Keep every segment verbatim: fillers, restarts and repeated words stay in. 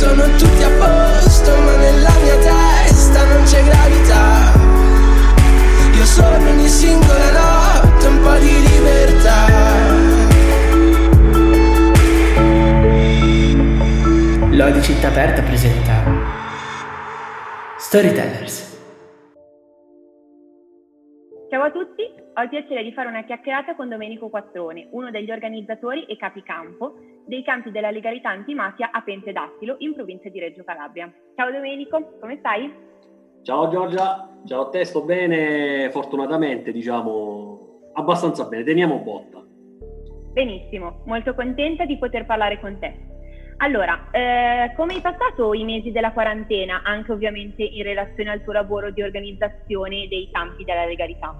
sono tutti a posto, ma nella mia testa non c'è gravità. Io sono ogni singola notte un po' di libertà. Lodi Città Aperta presenta Storytellers. Ciao a tutti, ho il piacere di fare una chiacchierata con Domenico Quattrone, uno degli organizzatori e capicampo dei campi della legalità antimafia a Pente d'Attilo, in provincia di Reggio Calabria. Ciao Domenico, come stai? Ciao Giorgia, ciao a te, sto bene, fortunatamente, diciamo, abbastanza bene, teniamo botta. Benissimo, molto contenta di poter parlare con te. Allora, eh, come hai passato i mesi della quarantena, anche ovviamente in relazione al tuo lavoro di organizzazione dei campi della legalità?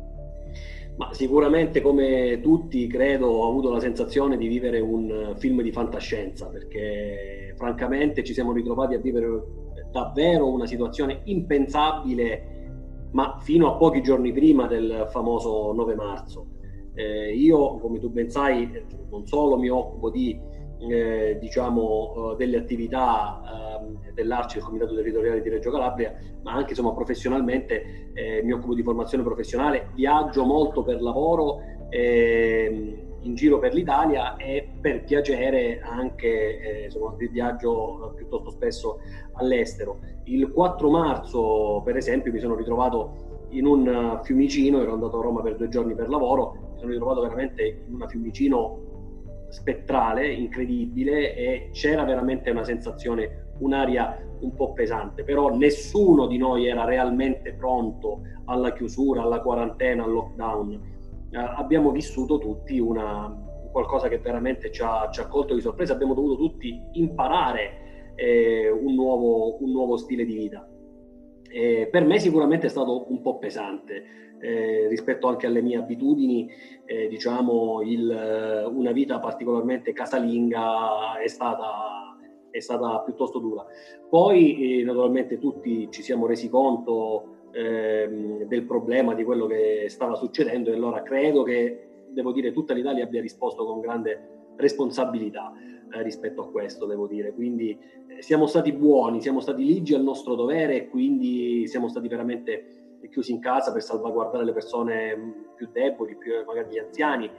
Ma sicuramente, come tutti, credo, ho avuto la sensazione di vivere un film di fantascienza, perché francamente ci siamo ritrovati a vivere davvero una situazione impensabile, ma fino a pochi giorni prima del famoso nove marzo. Eh, io, come tu ben sai, non solo mi occupo di Eh, diciamo eh, delle attività eh, dell'Arci, del Comitato Territoriale di Reggio Calabria, ma anche insomma professionalmente eh, mi occupo di formazione professionale, viaggio molto per lavoro eh, in giro per l'Italia e per piacere anche eh, insomma viaggio piuttosto spesso all'estero. Il quattro marzo per esempio mi sono ritrovato in un fiumicino, ero andato a Roma per due giorni per lavoro, mi sono ritrovato veramente in un fiumicino spettrale, incredibile, e c'era veramente una sensazione, un'aria un po' pesante, però nessuno di noi era realmente pronto alla chiusura, alla quarantena, al lockdown. Eh, abbiamo vissuto tutti una, qualcosa che veramente ci ha, ci ha colto di sorpresa, abbiamo dovuto tutti imparare eh, un, nuovo, un nuovo stile di vita. Eh, per me sicuramente è stato un po' pesante. Eh, rispetto anche alle mie abitudini, eh, diciamo il, una vita particolarmente casalinga è stata, è stata piuttosto dura. Poi eh, naturalmente tutti ci siamo resi conto eh, del problema, di quello che stava succedendo, e allora credo che, devo dire, tutta l'Italia abbia risposto con grande responsabilità eh, rispetto a questo, devo dire. Quindi eh, siamo stati buoni, siamo stati ligi al nostro dovere, e quindi siamo stati veramente chiusi in casa per salvaguardare le persone più deboli, più magari gli anziani.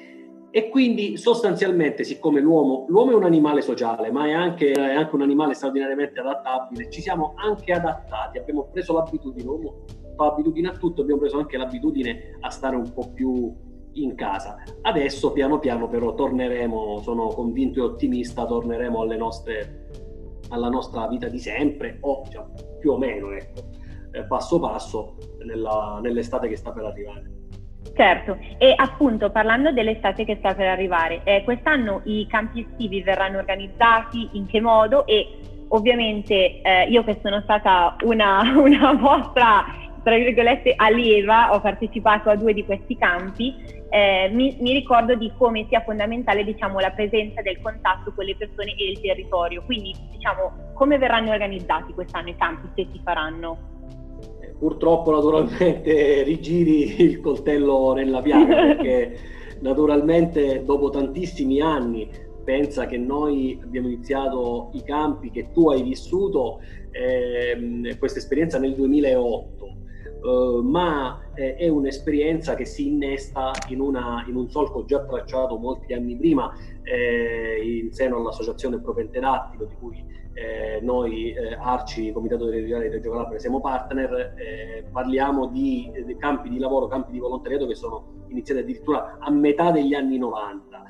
E quindi sostanzialmente, siccome l'uomo, l'uomo è un animale sociale, ma è anche, è anche un animale straordinariamente adattabile, ci siamo anche adattati, abbiamo preso l'abitudine, l'uomo fa abitudine a tutto, abbiamo preso anche l'abitudine a stare un po' più in casa. Adesso piano piano però torneremo, sono convinto e ottimista, torneremo alle nostre, alla nostra vita di sempre, o diciamo, più o meno, ecco, passo passo nella, nell'estate che sta per arrivare. Certo, e appunto parlando dell'estate che sta per arrivare, eh, quest'anno i campi estivi verranno organizzati in che modo? E ovviamente eh, io che sono stata una, una vostra, tra virgolette, allieva, ho partecipato a due di questi campi, eh, mi, mi ricordo di come sia fondamentale, diciamo, la presenza del contatto con le persone e il territorio. Quindi, diciamo, come verranno organizzati quest'anno i campi, se si faranno? Purtroppo naturalmente rigiri il coltello nella piaga, perché naturalmente dopo tantissimi anni, pensa che noi abbiamo iniziato i campi, che tu hai vissuto ehm, questa esperienza nel duemilaotto, eh, ma eh, è un'esperienza che si innesta in, una, in un solco già tracciato molti anni prima eh, in seno all'associazione Pro Pente d'Attilo, di cui Eh, noi eh, Arci, Comitato Territoriale di Reggio Calabria, siamo partner. Eh, parliamo di, di campi di lavoro, campi di volontariato che sono iniziati addirittura a metà degli anni novanta.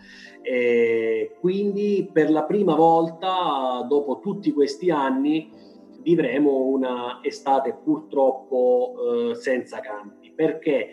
Eh, quindi per la prima volta, dopo tutti questi anni, vivremo una estate purtroppo eh, senza campi. Perché?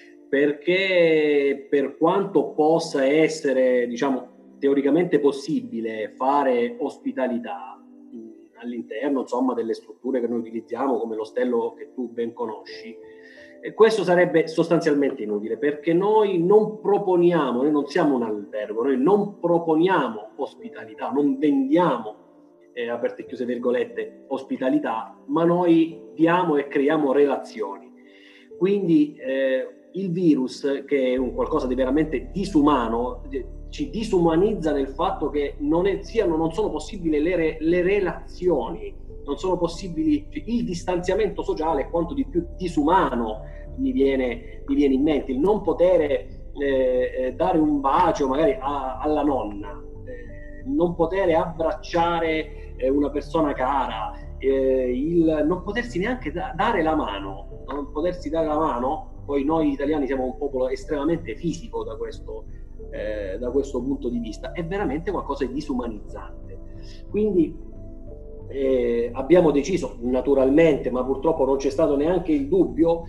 Perché per quanto possa essere, diciamo, teoricamente possibile fare ospitalità all'interno, insomma, delle strutture che noi utilizziamo, come l'ostello che tu ben conosci, e questo sarebbe sostanzialmente inutile, perché noi non proponiamo, noi non siamo un albergo, noi non proponiamo ospitalità, non vendiamo, eh, aperte e chiuse virgolette, ospitalità, ma noi diamo e creiamo relazioni. Quindi eh, il virus, che è un qualcosa di veramente disumano, ci disumanizza nel fatto che non, è, siano, non sono possibili le, re, le relazioni, non sono possibili, cioè, il distanziamento sociale è quanto di più disumano mi viene, mi viene in mente, il non poter eh, dare un bacio magari a, alla nonna, eh, non poter abbracciare eh, una persona cara, eh, il non potersi neanche da, dare la mano, non potersi dare la mano. Poi noi italiani siamo un popolo estremamente fisico da questo, eh, da questo punto di vista, è veramente qualcosa di disumanizzante. Quindi eh, abbiamo deciso naturalmente, ma purtroppo non c'è stato neanche il dubbio,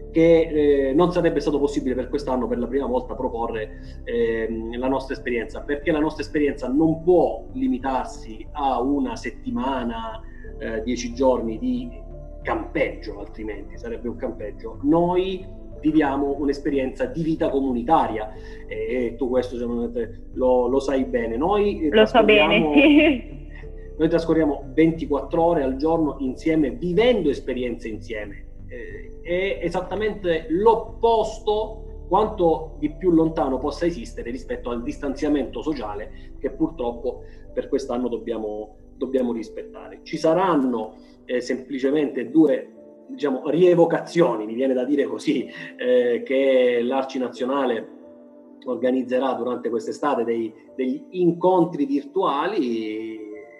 che eh, non sarebbe stato possibile per quest'anno per la prima volta proporre eh, la nostra esperienza, perché la nostra esperienza non può limitarsi a una settimana, eh, dieci giorni di campeggio, altrimenti sarebbe un campeggio. Noi viviamo un'esperienza di vita comunitaria e tu questo lo, lo sai bene. Noi lo so bene, sì. Noi trascorriamo ventiquattro ore al giorno insieme, vivendo esperienze insieme. È esattamente l'opposto, quanto di più lontano possa esistere rispetto al distanziamento sociale che purtroppo per quest'anno dobbiamo, dobbiamo rispettare. Ci saranno eh, semplicemente due, diciamo, rievocazioni, mi viene da dire così, eh, che l'Arci Nazionale organizzerà durante quest'estate, dei, degli incontri virtuali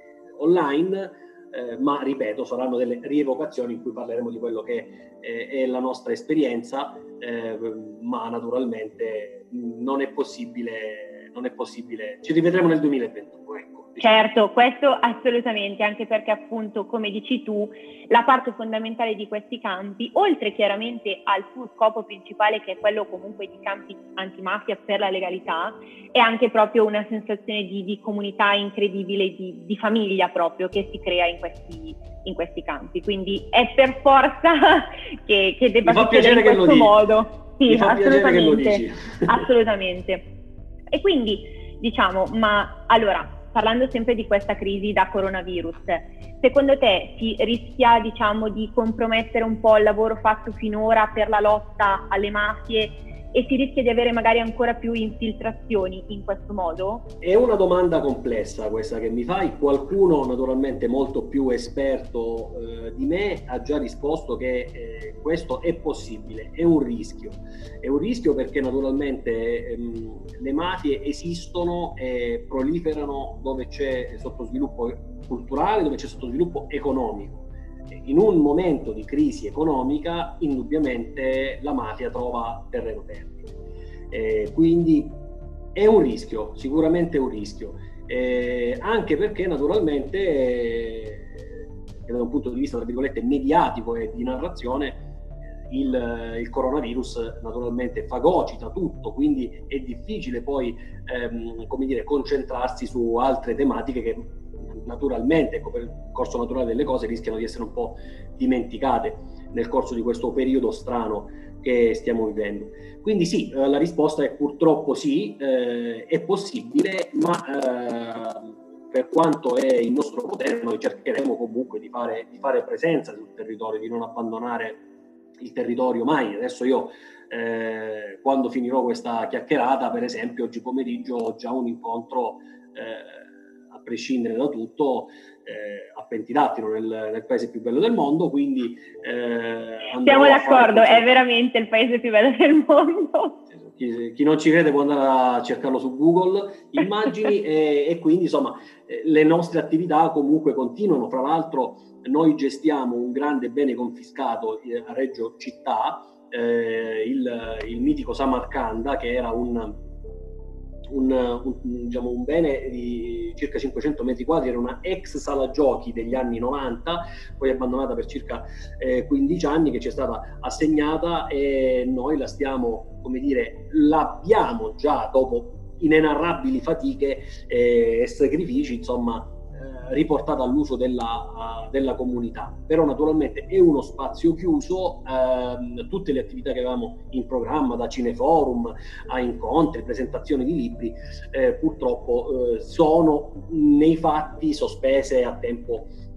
online. Eh, ma ripeto, saranno delle rievocazioni in cui parleremo di quello che eh, è la nostra esperienza, eh, ma naturalmente non è possibile, non è possibile, ci rivedremo nel duemilaventuno, ecco. Certo, questo assolutamente, anche perché appunto, come dici tu, la parte fondamentale di questi campi, oltre chiaramente al suo scopo principale, che è quello comunque di campi antimafia per la legalità, è anche proprio una sensazione di, di comunità incredibile, di, di famiglia proprio, che si crea in questi, in questi campi. Quindi è per forza che, che debba succedere in questo modo. Sì, assolutamente, assolutamente. E quindi, diciamo, ma allora, parlando sempre di questa crisi da coronavirus, secondo te si rischia, diciamo, di compromettere un po' il lavoro fatto finora per la lotta alle mafie e si rischia di avere magari ancora più infiltrazioni in questo modo? È una domanda complessa questa che mi fai. Qualcuno naturalmente molto più esperto eh, di me ha già risposto che eh, questo è possibile, è un rischio. È un rischio perché naturalmente ehm, le mafie esistono e proliferano dove c'è sottosviluppo culturale, dove c'è sottosviluppo economico. In un momento di crisi economica, indubbiamente la mafia trova terreno fertile. Eh, quindi è un rischio, sicuramente è un rischio, eh, anche perché naturalmente, eh, da un punto di vista tra virgolette mediatico e di narrazione, il, il coronavirus naturalmente fagocita tutto, quindi è difficile poi ehm, come dire, concentrarsi su altre tematiche che naturalmente, ecco, per il corso naturale delle cose, rischiano di essere un po' dimenticate nel corso di questo periodo strano che stiamo vivendo. Quindi sì, eh, la risposta è purtroppo sì, eh, è possibile, ma eh, per quanto è in nostro potere noi cercheremo comunque di fare, di fare presenza sul territorio, di non abbandonare il territorio mai. Adesso io eh, quando finirò questa chiacchierata, per esempio oggi pomeriggio ho già un incontro eh, a prescindere da tutto, eh, a Pentirattino, nel, nel paese più bello del mondo, quindi eh, siamo d'accordo, è veramente il paese più bello del mondo. Chi, chi non ci crede può andare a cercarlo su Google, immagini, e, e quindi insomma eh, le nostre attività comunque continuano. Fra l'altro noi gestiamo un grande bene confiscato eh, a Reggio Città, eh, il, il mitico Samarcanda, che era un Un, un, diciamo, un bene di circa cinquecento metri quadri, era una ex sala giochi degli anni novanta, poi abbandonata per circa eh, quindici anni, che ci è stata assegnata e noi la stiamo, come dire, l'abbiamo già dopo inenarrabili fatiche eh, e sacrifici, insomma, eh, riportata all'uso della, uh, della comunità. Però naturalmente è uno spazio chiuso, ehm, tutte le attività che avevamo in programma, da cineforum a incontri, presentazioni di libri, eh, purtroppo eh, sono nei fatti sospese a tempo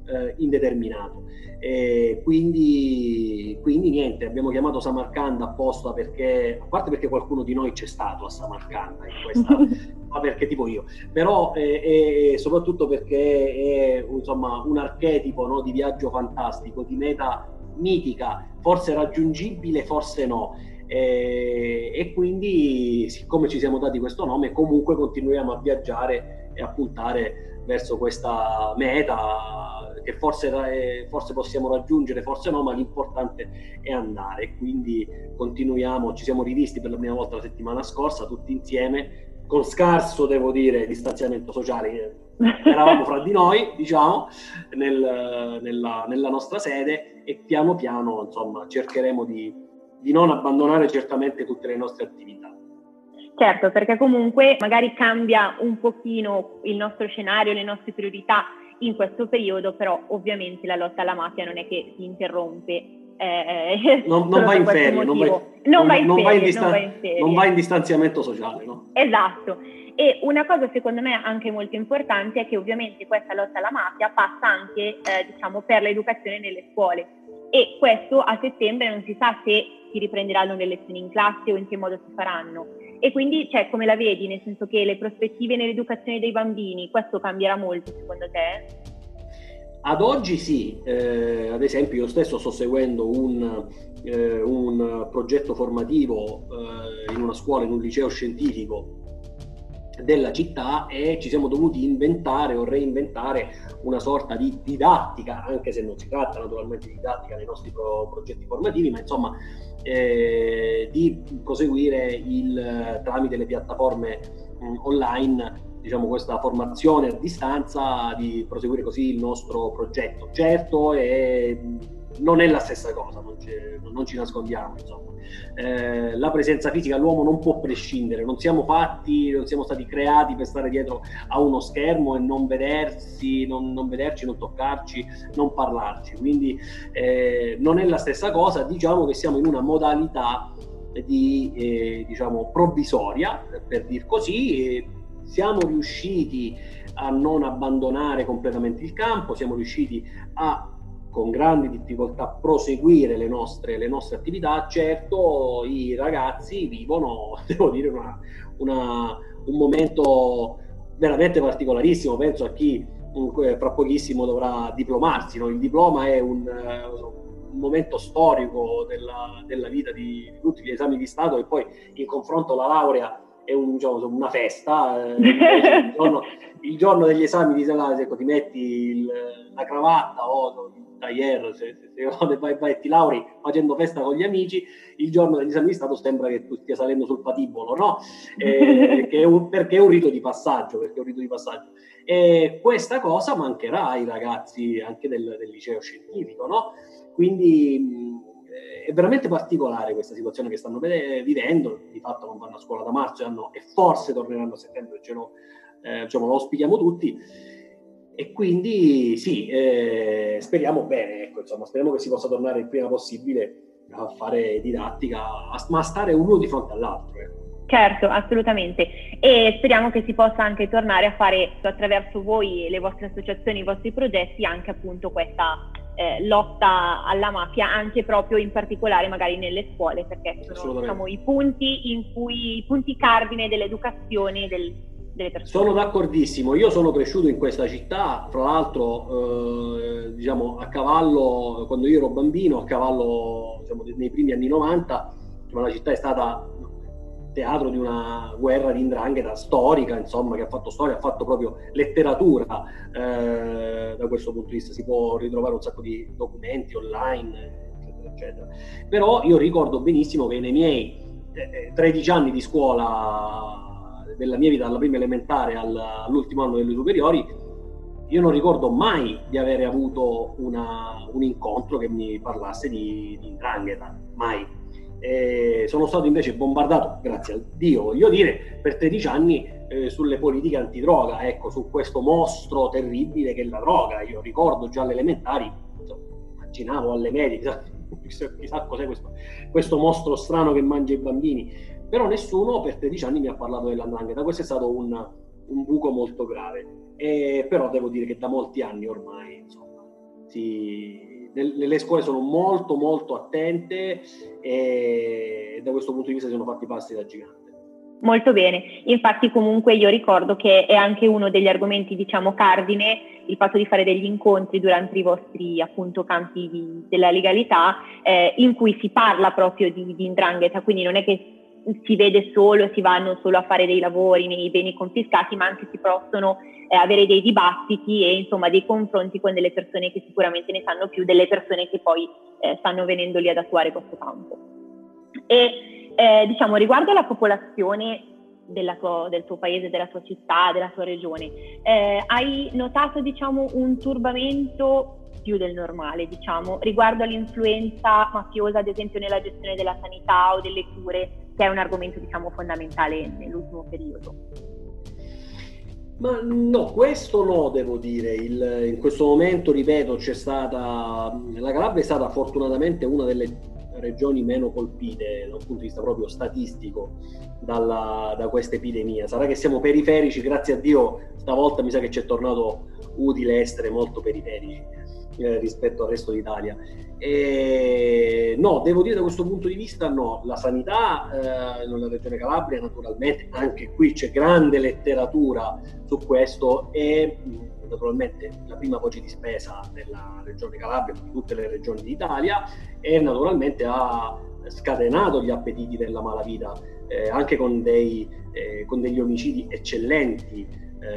eh, indeterminato. E quindi, quindi niente, abbiamo chiamato Samarcanda apposta perché, a parte perché qualcuno di noi c'è stato a Samarcanda in questa, ma perché tipo io, però eh, e soprattutto perché è insomma un archetipo, no, di viaggio fantastico, di meta mitica, forse raggiungibile, forse no. E, e quindi, siccome ci siamo dati questo nome, comunque continuiamo a viaggiare e a puntare verso questa meta che forse, forse possiamo raggiungere, forse no, ma l'importante è andare. Quindi continuiamo, ci siamo rivisti per la prima volta la settimana scorsa tutti insieme, con scarso, devo dire, distanziamento sociale. Eravamo fra di noi, diciamo, nel, nella, nella nostra sede, e piano piano, insomma, cercheremo di, di non abbandonare certamente tutte le nostre attività. Certo, perché comunque magari cambia un pochino il nostro scenario, le nostre priorità in questo periodo, però ovviamente la lotta alla mafia non è che si interrompe. Eh, non, non, va in ferie, non, vai, non, va in non, ferie, va in distan- non va in ferie, non va in distanziamento sociale, no? Esatto. E una cosa secondo me anche molto importante è che ovviamente questa lotta alla mafia passa anche eh, diciamo per l'educazione nelle scuole, e questo a settembre non si sa se si riprenderanno le lezioni in classe o in che modo si faranno, e quindi cioè, come la vedi, nel senso che le prospettive nell'educazione dei bambini, questo cambierà molto secondo te? Ad oggi sì, eh, ad esempio io stesso sto seguendo un, eh, un progetto formativo eh, in una scuola, in un liceo scientifico della città, e ci siamo dovuti inventare o reinventare una sorta di didattica, anche se non si tratta naturalmente di didattica nei nostri pro- progetti formativi, ma insomma eh, di proseguire il, tramite le piattaforme mh, online, diciamo, questa formazione a distanza, di proseguire così il nostro progetto. Certo, è, non è la stessa cosa, non, non ci nascondiamo, insomma. Eh, la presenza fisica, l'uomo non può prescindere, non siamo fatti, non siamo stati creati per stare dietro a uno schermo e non vedersi, non, non vederci, non toccarci, non parlarci, quindi eh, non è la stessa cosa. Diciamo che siamo in una modalità di eh, diciamo provvisoria, per dir così, e siamo riusciti a non abbandonare completamente il campo, siamo riusciti a, con grandi difficoltà, proseguire le nostre, le nostre attività. Certo, i ragazzi vivono, devo dire, una, una, un momento veramente particolarissimo. Penso a chi fra pochissimo dovrà diplomarsi, no? Il diploma è un, un momento storico della, della vita di, di tutti gli esami di Stato, e poi in confronto la laurea è un, diciamo, una festa. Eh, il, giorno, il giorno degli esami di Stato, ecco, ti metti il, la cravatta o il tailleur, se, se, se vai, vai e ti lauri facendo festa con gli amici. Il giorno degli esami di Stato sembra che tu stia salendo sul patibolo, no? Eh, che è un, perché è un rito di passaggio, perché è un rito di passaggio. E questa cosa mancherà ai ragazzi anche del, del liceo scientifico, no? Quindi mh, è veramente particolare questa situazione che stanno vivendo. Di fatto non vanno a scuola da marzo hanno, e forse torneranno a settembre, ce lo, eh, diciamo, lo auspichiamo tutti. E quindi sì, eh, speriamo bene, ecco, insomma, speriamo che si possa tornare il prima possibile a fare didattica, a, ma a stare uno di fronte all'altro. Eh. Certo, assolutamente, e speriamo che si possa anche tornare a fare, attraverso voi, le vostre associazioni, i vostri progetti, anche appunto questa eh, lotta alla mafia, anche proprio in particolare magari nelle scuole, perché sono, diciamo, i punti in cui i punti cardine dell'educazione del, delle persone. Sono d'accordissimo, io sono cresciuto in questa città, fra l'altro eh, diciamo a cavallo, quando io ero bambino, a cavallo, diciamo, nei primi anni novanta, diciamo, la città è stata teatro di una guerra di 'ndrangheta storica, insomma, che ha fatto storia, ha fatto proprio letteratura. Eh, da questo punto di vista si può ritrovare un sacco di documenti online, eccetera, eccetera. Però io ricordo benissimo che nei miei eh, tredici anni di scuola, della mia vita, dalla prima elementare all'ultimo anno delle superiori, io non ricordo mai di avere avuto una, un incontro che mi parlasse di, di 'ndrangheta, mai. E sono stato invece bombardato, grazie a Dio voglio dire, per tredici anni eh, sulle politiche antidroga, ecco, su questo mostro terribile che è la droga. Io ricordo già alle elementari, insomma, immaginavo alle medie, chissà, chissà cos'è questo, questo mostro strano che mangia i bambini, però nessuno per tredici anni mi ha parlato della 'ndrangheta. Questo è stato un, un buco molto grave, e però devo dire che da molti anni ormai, insomma, si, le, le scuole sono molto molto attente e da questo punto di vista si sono fatti passi da gigante. Molto bene, infatti comunque io ricordo che è anche uno degli argomenti, diciamo, cardine, il fatto di fare degli incontri durante i vostri appunto campi di, della legalità eh, in cui si parla proprio di, di 'ndrangheta, quindi non è che si vede solo, si vanno solo a fare dei lavori nei beni confiscati, ma anche si possono eh, avere dei dibattiti e insomma dei confronti con delle persone che sicuramente ne sanno più, delle persone che poi eh, stanno venendo lì ad attuare questo campo. E Eh, diciamo, riguardo alla popolazione della tua, del tuo paese, della tua città, della tua regione, eh, hai notato, diciamo, un turbamento più del normale, diciamo, riguardo all'influenza mafiosa, ad esempio, nella gestione della sanità o delle cure, che è un argomento, diciamo, fondamentale nell'ultimo periodo? Ma no, questo no, devo dire. Il, in questo momento, ripeto, c'è stata, la Calabria è stata fortunatamente una delle regioni meno colpite dal punto di vista proprio statistico dalla, da questa epidemia. Sarà che siamo periferici, grazie a Dio stavolta mi sa che ci è tornato utile essere molto periferici eh, rispetto al resto d'Italia. E, no, devo dire da questo punto di vista no, la sanità eh, nella regione Calabria naturalmente, anche qui c'è grande letteratura su questo e naturalmente la prima voce di spesa della regione Calabria, di tutte le regioni d'Italia, e naturalmente ha scatenato gli appetiti della malavita, eh, anche con, dei, eh, con degli omicidi eccellenti.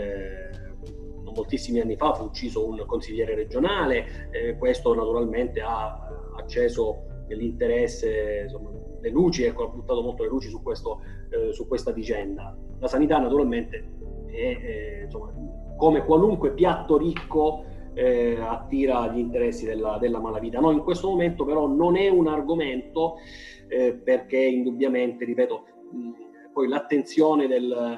Eh, moltissimi anni fa fu ucciso un consigliere regionale, eh, questo naturalmente ha acceso l'interesse, insomma, le luci, ecco, ha buttato molto le luci su, questo, eh, su questa vicenda. La sanità naturalmente è, è insomma, come qualunque piatto ricco eh, attira gli interessi della, della malavita. No, in questo momento però non è un argomento eh, perché indubbiamente, ripeto, mh, poi l'attenzione del,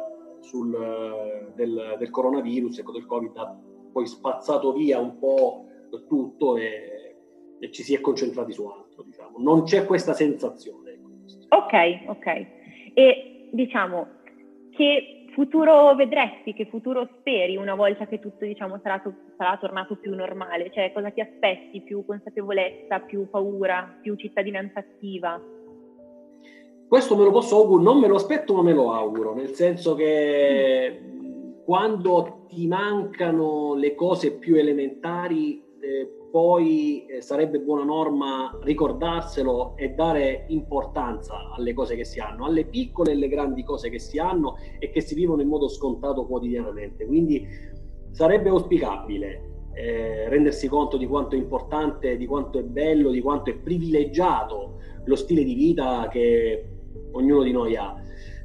sul, del, del coronavirus, ecco, del Covid, ha poi spazzato via un po' tutto e, e ci si è concentrati su altro, diciamo. Non c'è questa sensazione. Ecco. Ok, ok. E diciamo che futuro vedresti, che futuro speri una volta che tutto, diciamo, sarà, to- sarà tornato più normale? Cioè, cosa ti aspetti? Più consapevolezza, più paura, più cittadinanza attiva? Questo me lo posso augurare, non me lo aspetto ma me lo auguro, nel senso che mm. quando ti mancano le cose più elementari eh, poi eh, sarebbe buona norma ricordarselo e dare importanza alle cose che si hanno, alle piccole e alle grandi cose che si hanno e che si vivono in modo scontato quotidianamente. Quindi sarebbe auspicabile eh, rendersi conto di quanto è importante, di quanto è bello, di quanto è privilegiato lo stile di vita che ognuno di noi ha.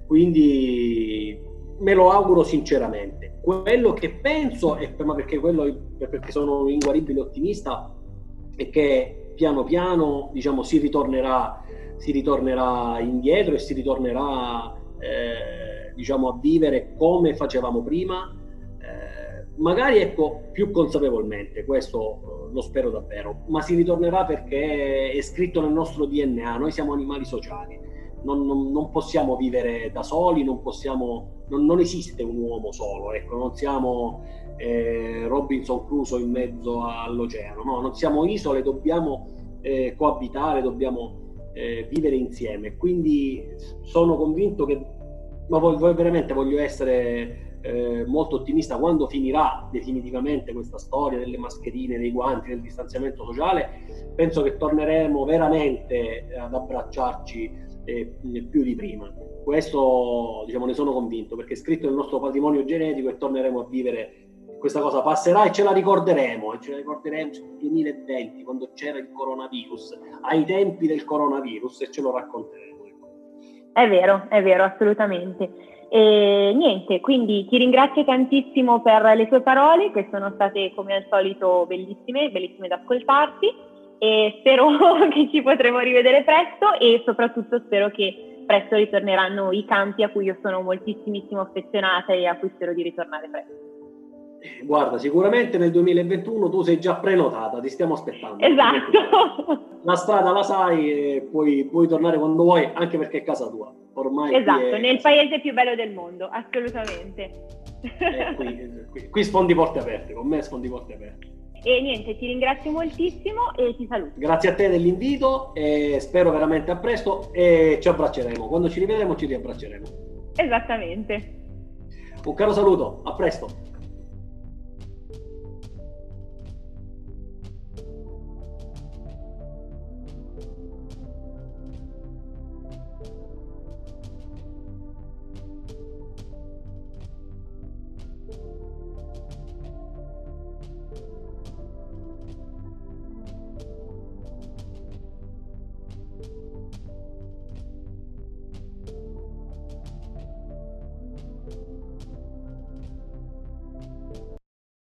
Quindi me lo auguro sinceramente. Quello che penso, è, ma perché, quello, perché sono inguaribile ottimista, è che piano piano, diciamo, si ritornerà, si ritornerà indietro e si ritornerà eh, diciamo, a vivere come facevamo prima, eh, magari ecco più consapevolmente, questo eh, lo spero davvero, ma si ritornerà perché è scritto nel nostro D N A, noi siamo animali sociali. Non, non, non possiamo vivere da soli, non possiamo, non, non esiste un uomo solo, ecco, non siamo eh, Robinson Crusoe in mezzo all'oceano, no, non siamo isole, dobbiamo eh, coabitare, dobbiamo eh, vivere insieme. Quindi sono convinto che, ma voglio, veramente voglio essere eh, molto ottimista, quando finirà definitivamente questa storia delle mascherine, dei guanti, del distanziamento sociale, penso che torneremo veramente ad abbracciarci Eh, più di prima. Questo, diciamo, ne sono convinto, perché è scritto nel nostro patrimonio genetico e torneremo a vivere. Questa cosa passerà e ce la ricorderemo, e ce la ricorderemo nel duemilaventi, quando c'era il coronavirus, ai tempi del coronavirus, e ce lo racconteremo. È vero, è vero, assolutamente. E niente, quindi ti ringrazio tantissimo per le tue parole, che sono state come al solito bellissime, bellissime da ascoltarti. E spero che ci potremo rivedere presto e soprattutto spero che presto ritorneranno i campi a cui io sono moltissimissimo affezionata e a cui spero di ritornare presto. Guarda, sicuramente nel duemilaventuno tu sei già prenotata, ti stiamo aspettando. Esatto. La strada la sai e puoi, puoi tornare quando vuoi, anche perché è casa tua. Ormai esatto, nel paese più bello del mondo, assolutamente. Eh, qui, qui, qui sfondi porte aperte, con me sfondi porte aperte. E niente, ti ringrazio moltissimo e ti saluto. Grazie a te dell'invito e spero veramente a presto e ci abbracceremo. Quando ci rivedremo ci riabbracceremo. Esattamente. Un caro saluto, a presto.